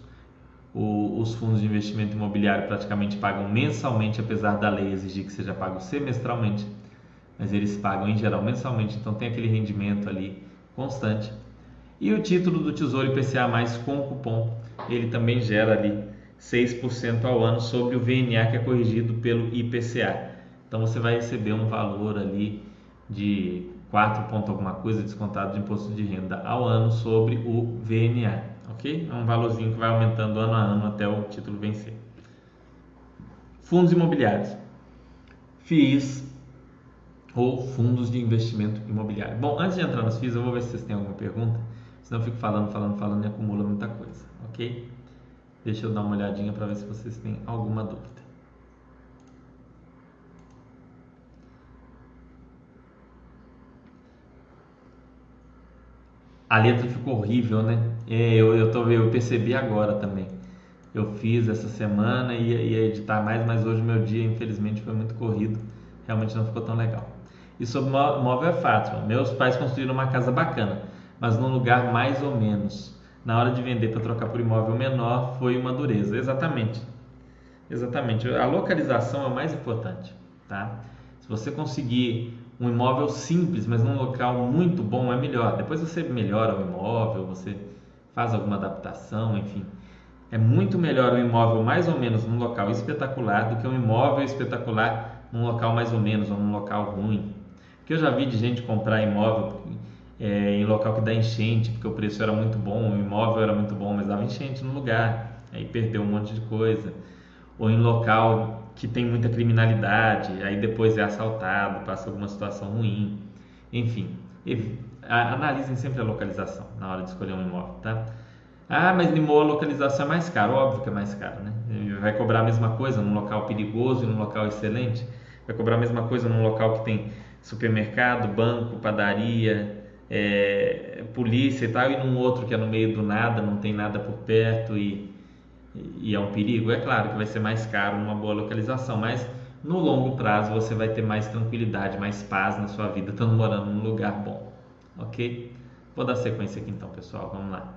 os fundos de investimento imobiliário praticamente pagam mensalmente, apesar da lei exigir que seja pago semestralmente, mas eles pagam em geral mensalmente, então tem aquele rendimento ali constante. E o título do Tesouro IPCA+, com cupom, ele também gera ali 6% ao ano sobre o VNA, que é corrigido pelo IPCA. Então você vai receber um valor ali de 4 ponto alguma coisa descontado de imposto de renda ao ano sobre o VNA, ok? É um valorzinho que vai aumentando ano a ano até o título vencer. Fundos imobiliários, FIIs ou fundos de investimento imobiliário. Bom, antes de entrar nos FIIs, eu vou ver se vocês têm alguma pergunta, senão eu fico falando e acumula muita coisa, ok? Deixa eu dar uma olhadinha para ver se vocês têm alguma dúvida. A letra ficou horrível, né? Eu percebi agora também. Eu fiz essa semana e ia editar mais, mas hoje meu dia, infelizmente, foi muito corrido. Realmente não ficou tão legal. E sobre móvel é fácil. Meus pais construíram uma casa bacana, mas num lugar mais ou menos. Na hora de vender para trocar por imóvel menor, foi uma dureza. Exatamente. Exatamente. A localização é o mais importante, tá? Se você conseguir um imóvel simples, mas num local muito bom, é melhor. Depois você melhora o imóvel, você faz alguma adaptação, enfim. É muito melhor um imóvel mais ou menos num local espetacular do que um imóvel espetacular num local mais ou menos ou num local ruim. Porque eu já vi de gente comprar imóvel em local que dá enchente, porque o preço era muito bom, o imóvel era muito bom, mas dava enchente no lugar, aí perdeu um monte de coisa. Ou em local que tem muita criminalidade, aí depois é assaltado, passa alguma situação ruim. Enfim, analisem sempre a localização na hora de escolher um imóvel, tá? Ah, mas Limoa a localização é mais caro, óbvio que é mais caro, né? Vai cobrar a mesma coisa num local perigoso e num local excelente? Vai cobrar a mesma coisa num local que tem supermercado, banco, padaria, polícia e tal, e num outro que é no meio do nada, não tem nada por perto e é um perigo? É claro que vai ser mais caro numa boa localização, mas no longo prazo você vai ter mais tranquilidade, mais paz na sua vida, estando morando num lugar bom, ok? Vou dar sequência aqui então, pessoal, vamos lá.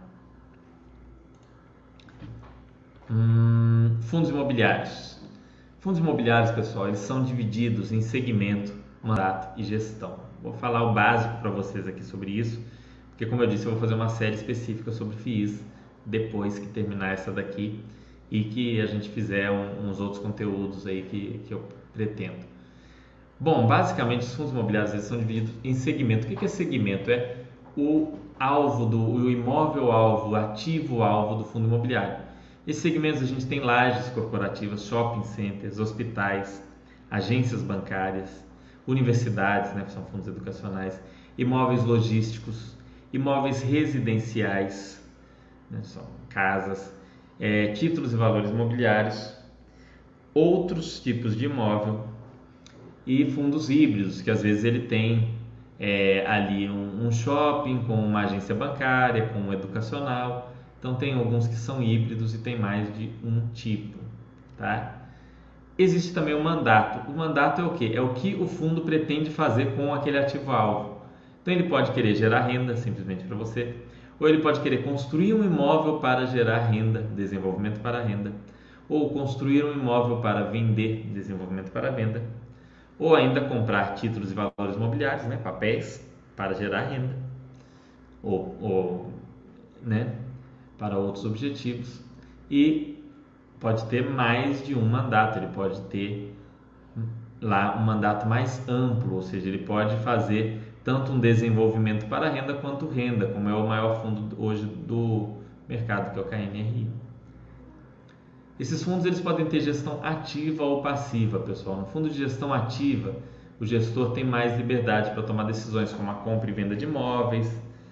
Fundos imobiliários. Fundos imobiliários, pessoal, eles são divididos em segmento, mandato e gestão. Vou falar o básico para vocês aqui sobre isso, porque como eu disse, eu vou fazer uma série específica sobre FIIs depois que terminar essa daqui e que a gente fizer uns outros conteúdos aí que eu pretendo. Bom, basicamente os fundos imobiliários eles são divididos em segmento. O que é segmento? É o imóvel alvo, ativo alvo do fundo imobiliário. Esses segmentos a gente tem lajes corporativas, shopping centers, hospitais, agências bancárias, universidades, né, que são fundos educacionais, imóveis logísticos, imóveis residenciais, né, são casas, títulos e valores imobiliários, outros tipos de imóvel e fundos híbridos, que às vezes ele tem ali um shopping com uma agência bancária, com um educacional. Então tem alguns que são híbridos e tem mais de um tipo, tá? Existe também o mandato. O mandato é o quê? É o que o fundo pretende fazer com aquele ativo-alvo. Então ele pode querer gerar renda simplesmente para você, ou ele pode querer construir um imóvel para gerar renda, desenvolvimento para renda, ou construir um imóvel para vender, desenvolvimento para venda, ou ainda comprar títulos e valores imobiliários, né, papéis, para gerar renda, ou né, para outros objetivos, e pode ter mais de um mandato, ele pode ter lá um mandato mais amplo, ou seja, ele pode fazer tanto um desenvolvimento para renda quanto renda, como é o maior fundo hoje do mercado, que é o KNRI. Esses fundos eles podem ter gestão ativa ou passiva, pessoal. No fundo de gestão ativa, o gestor tem mais liberdade para tomar decisões como a compra e venda de imóveis,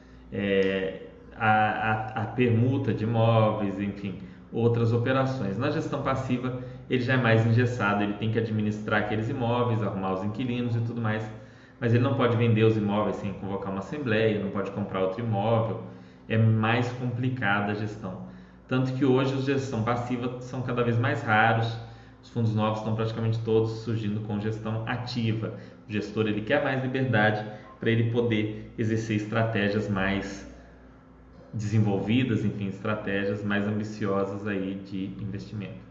a permuta de imóveis, enfim, outras operações. Na gestão passiva, ele já é mais engessado, ele tem que administrar aqueles imóveis, arrumar os inquilinos e tudo mais, mas ele não pode vender os imóveis sem convocar uma assembleia, não pode comprar outro imóvel, é mais complicada a gestão. Tanto que hoje os de gestão passiva são cada vez mais raros, os fundos novos estão praticamente todos surgindo com gestão ativa. O gestor ele quer mais liberdade para ele poder exercer estratégias mais desenvolvidas, enfim, estratégias mais ambiciosas aí de investimento.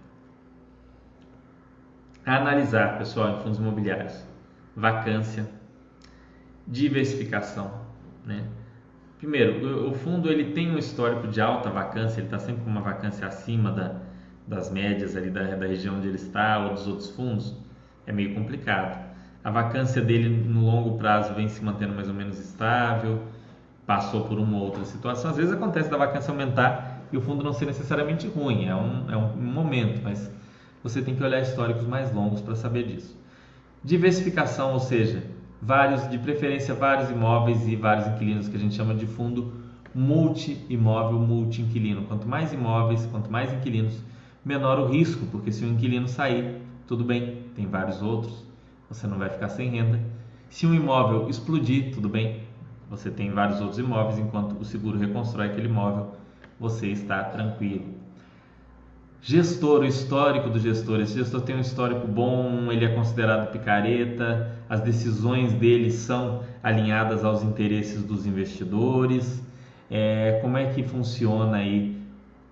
A analisar, pessoal, em fundos imobiliários: vacância, diversificação, né? Primeiro, o fundo ele tem um histórico de alta vacância, ele está sempre com uma vacância acima das médias ali da região onde ele está ou dos outros fundos, é meio complicado. A vacância dele no longo prazo vem se mantendo mais ou menos estável, passou por uma ou outra situação. Às vezes acontece da vacância aumentar e o fundo não ser necessariamente ruim, é um momento, mas você tem que olhar históricos mais longos para saber disso. Diversificação, ou seja, de preferência vários imóveis e vários inquilinos, que a gente chama de fundo multi-imóvel, multi-inquilino. Quanto mais imóveis, quanto mais inquilinos, menor o risco, porque se um inquilino sair, tudo bem, tem vários outros, você não vai ficar sem renda. Se um imóvel explodir, tudo bem, você tem vários outros imóveis, enquanto o seguro reconstrói aquele imóvel, você está tranquilo. Gestor, o histórico do gestor. Esse gestor tem um histórico bom, ele é considerado picareta, as decisões dele são alinhadas aos interesses dos investidores. Como é que funciona aí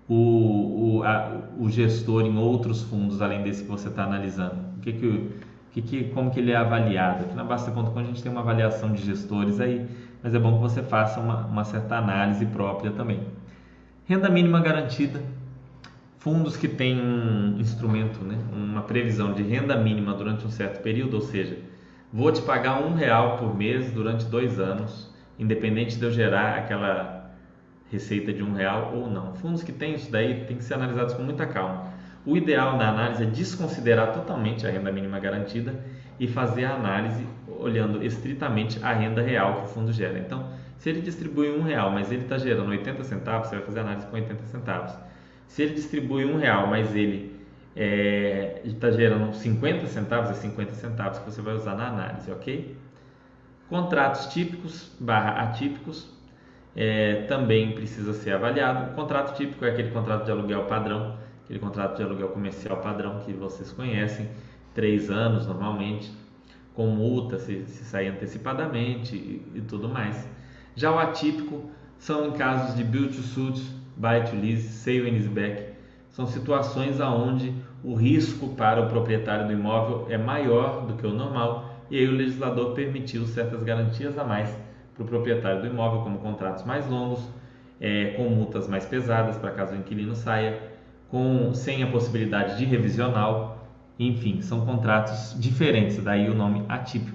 o gestor em outros fundos, além desse que você está analisando? Como que ele é avaliado? Aqui na Basta.com a gente tem uma avaliação de gestores aí, mas é bom que você faça uma certa análise própria também. Renda mínima garantida. Fundos que têm um instrumento, né, uma previsão de renda mínima durante um certo período, ou seja, vou te pagar R$ 1 por mês durante 2 anos, independente de eu gerar aquela receita de R$ 1 ou não. Fundos que têm isso daí tem que ser analisados com muita calma. O ideal da análise é desconsiderar totalmente a renda mínima garantida e fazer a análise olhando estritamente a renda real que o fundo gera. Então, se ele distribui R$ 1, mas ele está gerando 80 centavos, você vai fazer a análise com 80 centavos. Se ele distribui R$ 1, mas ele está gerando 50 centavos, é 50 centavos que você vai usar na análise, ok? Contratos típicos / atípicos também precisa ser avaliado. O contrato típico é aquele contrato de aluguel padrão, aquele contrato de aluguel comercial padrão que vocês conhecem, 3 anos normalmente, com multa se sair antecipadamente e tudo mais. Já o atípico são em casos de build to suit, buy to lease, sale and leaseback. São situações onde o risco para o proprietário do imóvel é maior do que o normal e aí o legislador permitiu certas garantias a mais para o proprietário do imóvel, como contratos mais longos, com multas mais pesadas para caso o inquilino saia, sem a possibilidade de revisional. Enfim, são contratos diferentes, daí o nome atípico.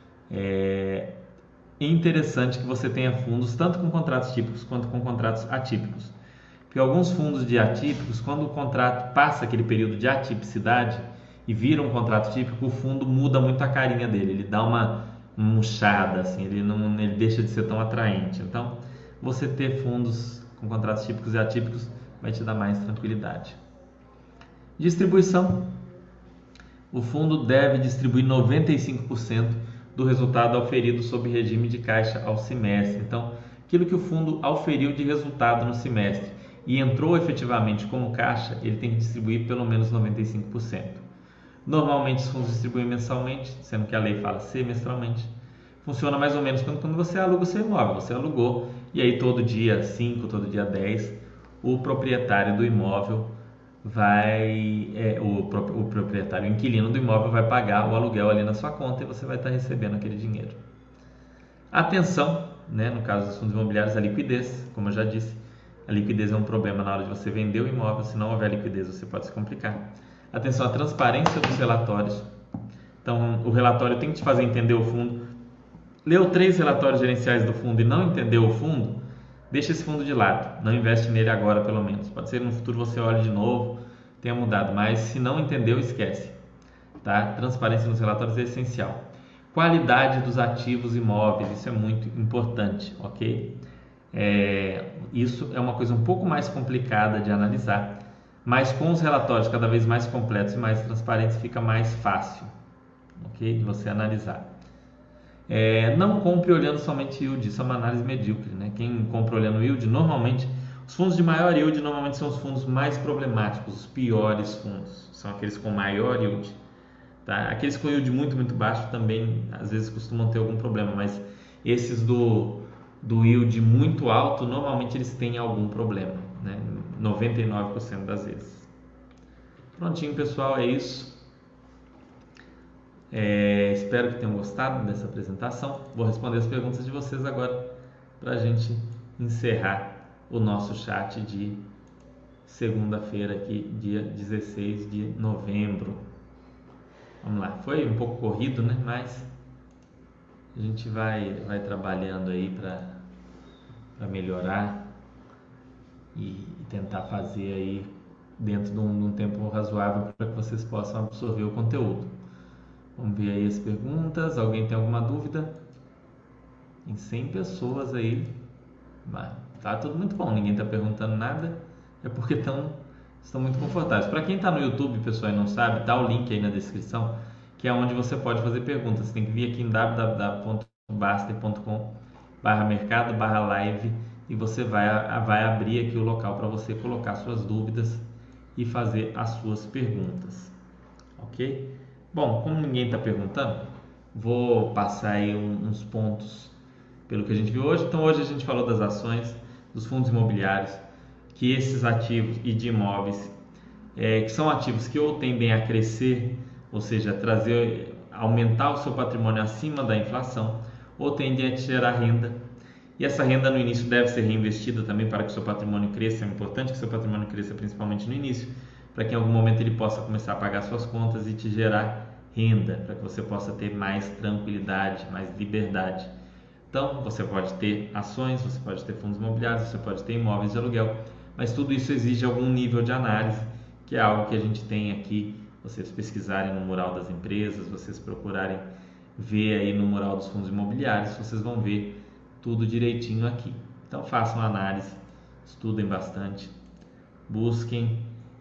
É interessante que você tenha fundos tanto com contratos típicos quanto com contratos atípicos. Porque alguns fundos de atípicos, quando o contrato passa aquele período de atipicidade e vira um contrato típico, o fundo muda muito a carinha dele, ele dá uma murchada, assim, ele deixa de ser tão atraente. Então, você ter fundos com contratos típicos e atípicos vai te dar mais tranquilidade. Distribuição. O fundo deve distribuir 95% do resultado auferido sob regime de caixa ao semestre. Então, aquilo que o fundo auferiu de resultado no semestre e entrou efetivamente como caixa, ele tem que distribuir pelo menos 95%. Normalmente os fundos distribuem mensalmente, sendo que a lei fala semestralmente. Funciona mais ou menos quando você aluga o seu imóvel. Você alugou e aí todo dia 5, todo dia 10, o proprietário do imóvel o proprietário, o inquilino do imóvel vai pagar o aluguel ali na sua conta e você vai estar recebendo aquele dinheiro. Atenção, no caso dos fundos imobiliários, a liquidez, como eu já disse, a liquidez é um problema na hora de você vender o imóvel. Se não houver liquidez, você pode se complicar. Atenção à transparência dos relatórios. Então, o relatório tem que te fazer entender o fundo. Leu 3 relatórios gerenciais do fundo e não entendeu o fundo, deixa esse fundo de lado, não investe nele agora pelo menos. Pode ser que no futuro você olhe de novo, tenha mudado, mas se não entendeu, esquece. Tá? Transparência nos relatórios é essencial. Qualidade dos ativos imóveis, isso é muito importante, ok? Isso é uma coisa um pouco mais complicada de analisar, mas com os relatórios cada vez mais completos e mais transparentes fica mais fácil, ok? De você analisar. Não compre olhando somente yield, isso é uma análise medíocre, né? Quem compra olhando yield, normalmente, os fundos de maior yield normalmente são os fundos mais problemáticos, os piores fundos, são aqueles com maior yield. Tá? Aqueles com yield muito, muito baixo também, às vezes, costumam ter algum problema, mas esses do yield muito alto, normalmente eles têm algum problema, né? 99% das vezes. Prontinho, pessoal, é isso. Espero que tenham gostado dessa apresentação. Vou responder as perguntas de vocês agora para a gente encerrar o nosso chat de segunda-feira aqui, dia 16 de novembro. Vamos lá, foi um pouco corrido, né? Mas a gente vai trabalhando aí para melhorar e tentar fazer aí dentro de um tempo razoável para que vocês possam absorver o conteúdo. Vamos ver aí as perguntas. Alguém tem alguma dúvida? Tem 100 pessoas aí. Mas tá tudo muito bom. Ninguém está perguntando nada. É porque estão muito confortáveis. Para quem está no YouTube, pessoal, e não sabe, tá o link aí na descrição, que é onde você pode fazer perguntas. Você tem que vir aqui em www.baster.com/mercado/live e você vai abrir aqui o local para você colocar suas dúvidas e fazer as suas perguntas. Ok? Bom, como ninguém está perguntando, vou passar aí uns pontos pelo que a gente viu hoje. Então, hoje a gente falou das ações, dos fundos imobiliários, que esses ativos e de imóveis, que são ativos que ou tendem a crescer, ou seja, aumentar o seu patrimônio acima da inflação, ou tendem a te gerar renda. E essa renda no início deve ser reinvestida também para que o seu patrimônio cresça. É importante que o seu patrimônio cresça principalmente no início, para que em algum momento ele possa começar a pagar suas contas e te gerar renda, para que você possa ter mais tranquilidade, mais liberdade. Então, você pode ter ações, você pode ter fundos imobiliários, você pode ter imóveis de aluguel, mas tudo isso exige algum nível de análise, que é algo que a gente tem aqui. Vocês pesquisarem no mural das empresas, vocês procurarem ver aí no mural dos fundos imobiliários, vocês vão ver tudo direitinho aqui. Então, façam análise, estudem bastante, busquem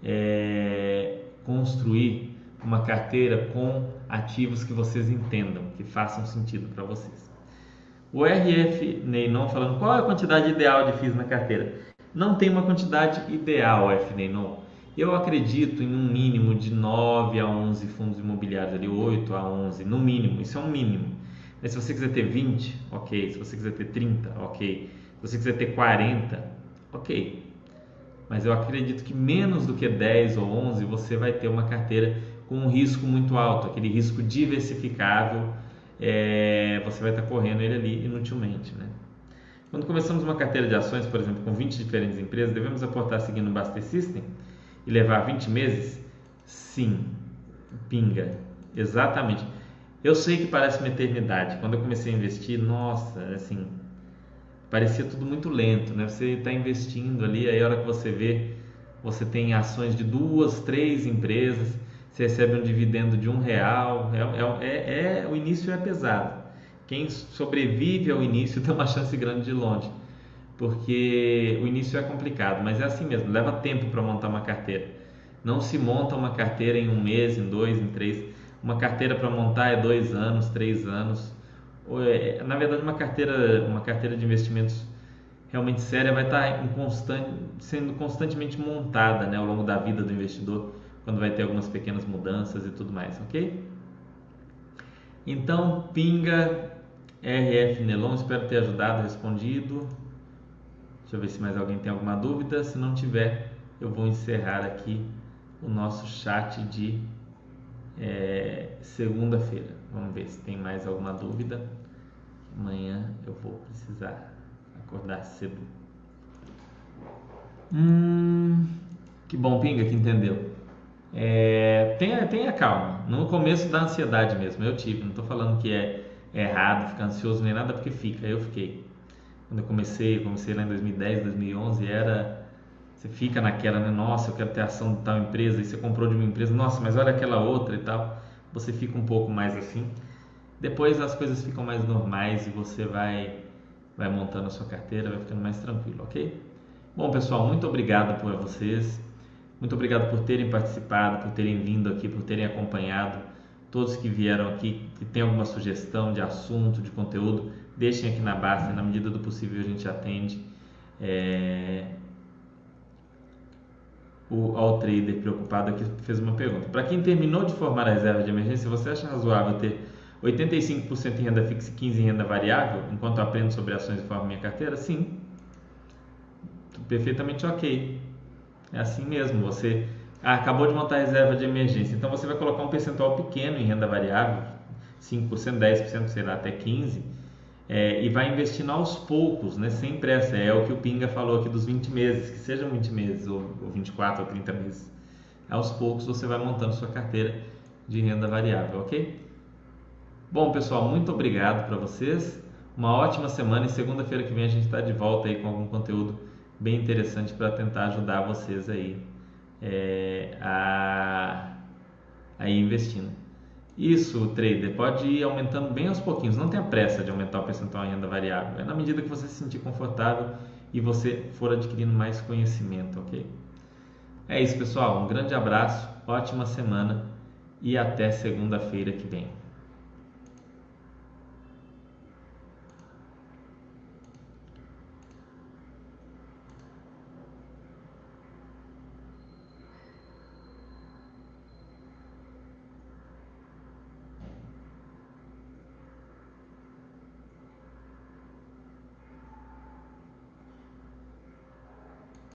construir uma carteira com ativos que vocês entendam, que façam sentido para vocês. O RF Neynon falando qual é a quantidade ideal de FIIs na carteira. Não tem uma quantidade ideal, F Neynon. Eu acredito em um mínimo de 9 a 11 fundos imobiliários, ali 8 a 11, no mínimo, isso é um mínimo. Mas se você quiser ter 20, ok. Se você quiser ter 30, ok. Se você quiser ter 40, ok. Mas eu acredito que menos do que 10 ou 11 você vai ter uma carteira com um risco muito alto, aquele risco diversificável, você vai estar correndo ele ali inutilmente, né? Quando começamos uma carteira de ações, por exemplo, com 20 diferentes empresas, devemos aportar seguindo o Baster System e levar 20 meses? Sim, pinga, exatamente. Eu sei que parece uma eternidade. Quando eu comecei a investir, nossa, assim, parecia tudo muito lento, né? Você está investindo ali, aí a hora que você vê, você tem ações de 2, 3 empresas, você recebe um dividendo de R$1, o início é pesado. Quem sobrevive ao início tem uma chance grande de ir longe, porque o início é complicado, mas é assim mesmo, leva tempo para montar uma carteira. Não se monta uma carteira em 1 mês, em 2, em 3. Uma carteira para montar é 2 anos, 3 anos. Na verdade, uma carteira de investimentos realmente séria vai estar sendo constantemente montada, né, ao longo da vida do investidor, quando vai ter algumas pequenas mudanças e tudo mais, ok? Então, pinga RF Nelon, espero ter ajudado, respondido. Deixa eu ver se mais alguém tem alguma dúvida. Se não tiver, eu vou encerrar aqui o nosso chat de segunda-feira. Vamos ver se tem mais alguma dúvida. Amanhã eu vou precisar acordar cedo. Que bom, pinga, que entendeu. Tenha calma. No começo da ansiedade mesmo, eu tive. Não estou falando que é errado ficar ansioso nem nada, porque fica. Eu fiquei. Quando eu comecei lá em 2010, 2011, você fica naquela, né? Nossa, eu quero ter ação de tal empresa, e você comprou de uma empresa, nossa, mas olha aquela outra e tal. Você fica um pouco mais assim. Depois as coisas ficam mais normais e você vai montando a sua carteira, vai ficando mais tranquilo, ok? Bom, pessoal, muito obrigado por vocês. Muito obrigado por terem participado, por terem vindo aqui, por terem acompanhado. Todos que vieram aqui, que tem alguma sugestão de assunto, de conteúdo, deixem aqui na Baster, na medida do possível a gente atende. O All Trader preocupado aqui fez uma pergunta. Para quem terminou de formar a reserva de emergência, você acha razoável ter 85% em renda fixa e 15% em renda variável, enquanto eu aprendo sobre ações e formo minha carteira? Sim, perfeitamente ok. É assim mesmo, você acabou de montar a reserva de emergência, então você vai colocar um percentual pequeno em renda variável, 5%, 10%, sei lá, até 15%, e vai investindo aos poucos, né, sem pressa. É o que o Pinga falou aqui dos 20 meses, que sejam 20 meses, ou 24 ou 30 meses. Aos poucos você vai montando sua carteira de renda variável, ok? Bom, pessoal, muito obrigado para vocês, uma ótima semana, e segunda-feira que vem a gente está de volta aí com algum conteúdo bem interessante para tentar ajudar vocês aí a ir investindo. Isso, trader, pode ir aumentando bem aos pouquinhos, não tenha pressa de aumentar o percentual em renda variável, é na medida que você se sentir confortável e você for adquirindo mais conhecimento, ok? É isso, pessoal, um grande abraço, ótima semana e até segunda-feira que vem.